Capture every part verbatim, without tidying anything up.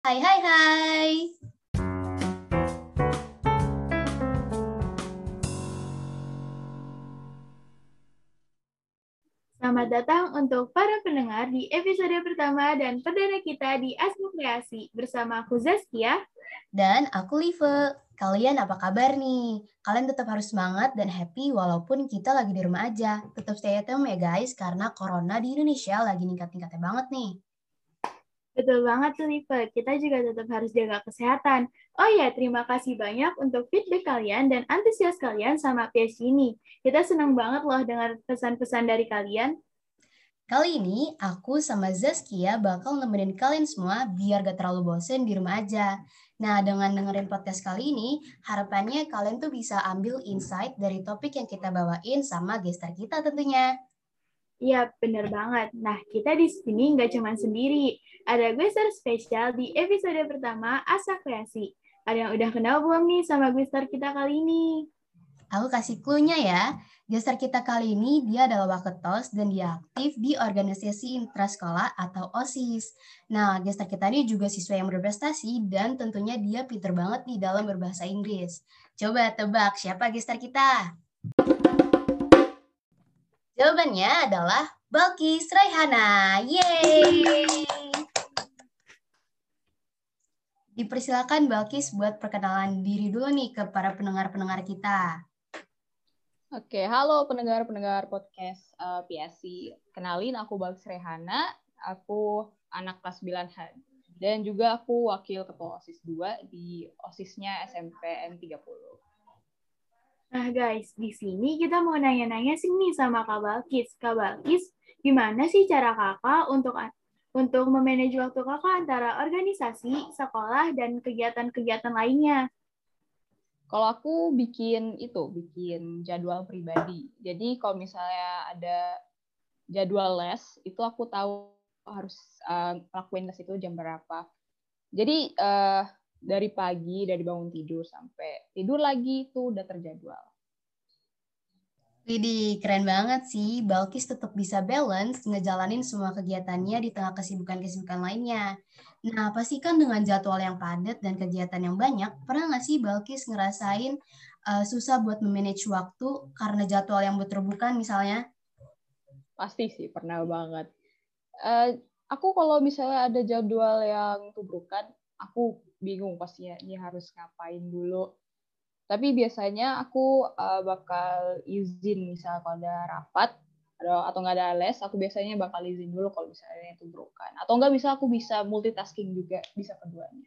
Hai hai hai. Selamat datang untuk para pendengar di episode pertama dan perdana kita di Asma Kreasi bersama aku Zaskia dan aku Live. Kalian apa kabar nih? Kalian tetap harus semangat dan happy walaupun kita lagi di rumah aja. Tetap stay at home ya guys, karena corona di Indonesia lagi ningkat-ningkatnya banget nih. Betul banget tuh, Live. Kita juga tetap harus jaga kesehatan. Oh ya, terima kasih banyak untuk feedback kalian dan antusias kalian sama P S ini. Kita senang banget loh dengar pesan-pesan dari kalian. Kali ini aku sama Zaskia bakal nemenin kalian semua biar gak terlalu bosen di rumah aja. Nah, dengan dengerin podcast kali ini, harapannya kalian tuh bisa ambil insight dari topik yang kita bawain sama gestar kita tentunya. Iya, bener banget. Nah, kita di sini nggak cuma sendiri. Ada gestar spesial di episode pertama Asa Kreasi. Ada yang udah kenal belum nih sama gestar kita kali ini? Aku kasih clue-nya ya. Gestar kita kali ini dia adalah waketos dan dia aktif di organisasi intrasekolah atau OSIS. Nah, gestar kita ini juga siswa yang berprestasi dan tentunya dia pinter banget nih dalam berbahasa Inggris. Coba tebak siapa gestar kita? Jawabannya adalah Balkis Raihana. Yeay! Dipersilakan Balkis buat perkenalan diri dulu nih ke para pendengar-pendengar kita. Oke, halo pendengar-pendengar podcast uh, P S C. Kenalin, aku Balkis Raihana. Aku anak kelas sembilan H. Dan juga aku wakil ketua OSIS dua di OSISnya S M P N tiga puluh. Nah guys, di sini kita mau nanya-nanya sih nih sama Kak Balkis. Kak Balkis, gimana sih cara kakak untuk untuk memanage waktu kakak antara organisasi, sekolah, dan kegiatan-kegiatan lainnya? Kalau aku bikin itu, bikin jadwal pribadi. Jadi kalau misalnya ada jadwal les, itu aku tahu harus uh, lakuin les itu jam berapa. Jadi uh, dari pagi, dari bangun tidur sampai tidur lagi itu udah terjadwal. Widih, keren banget sih. Balkis tetap bisa balance ngejalanin semua kegiatannya di tengah kesibukan-kesibukan lainnya. Nah, pastikan dengan jadwal yang padat dan kegiatan yang banyak, pernah nggak sih Balkis ngerasain uh, susah buat memanage waktu karena jadwal yang berterbukan misalnya? Pasti sih, pernah banget. Uh, aku kalau misalnya ada jadwal yang tubrukan, aku bingung pastinya ini harus ngapain dulu. Tapi biasanya aku uh, bakal izin misal kalau ada rapat atau nggak ada les, aku biasanya bakal izin dulu kalau misalnya itu tubrukan. Atau nggak bisa aku bisa multitasking juga, bisa keduanya.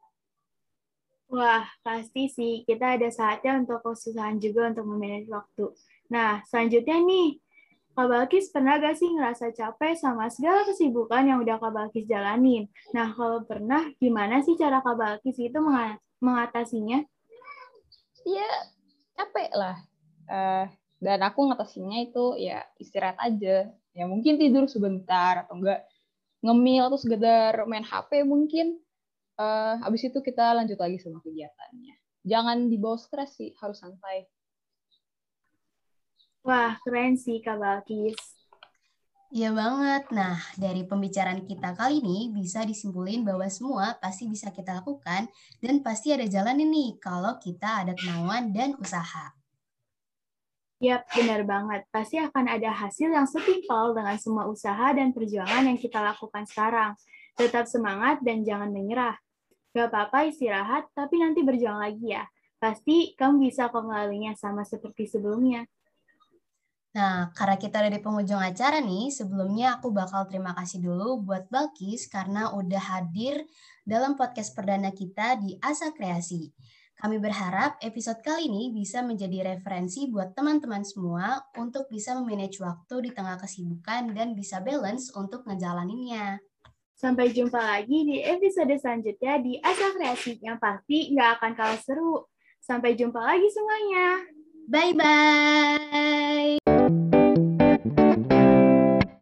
Wah, pasti sih. Kita ada saatnya untuk kesusahan juga untuk memanage waktu. Nah, selanjutnya nih, Kak Balkis pernah gak sih ngerasa capek sama segala kesibukan yang udah Kak Balkis jalanin? Nah, kalau pernah, gimana sih cara Kak Balkis itu mengatasinya? Iya, capek lah. Uh, dan aku ngatasinnya itu ya istirahat aja. Ya mungkin tidur sebentar atau enggak ngemil atau sekedar main H P mungkin. Uh, habis itu kita lanjut lagi sama kegiatannya. Jangan dibawa stres sih, harus santai. Wah, keren sih Kak Balkis. Iya banget. Nah, dari pembicaraan kita kali ini bisa disimpulin bahwa semua pasti bisa kita lakukan dan pasti ada jalan nih kalau kita ada kemauan dan usaha. Yap, benar banget. Pasti akan ada hasil yang setimpal dengan semua usaha dan perjuangan yang kita lakukan sekarang. Tetap semangat dan jangan menyerah. Gak apa-apa istirahat, tapi nanti berjuang lagi ya. Pasti kamu bisa kok melaluinya sama seperti sebelumnya. Nah, karena kita udah di penghujung acara nih, sebelumnya aku bakal terima kasih dulu buat Balkis karena udah hadir dalam podcast perdana kita di Asa Kreasi. Kami berharap episode kali ini bisa menjadi referensi buat teman-teman semua untuk bisa memanage waktu di tengah kesibukan dan bisa balance untuk ngejalaninnya. Sampai jumpa lagi di episode selanjutnya di Asa Kreasi yang pasti nggak akan kalah seru. Sampai jumpa lagi semuanya. Bye-bye!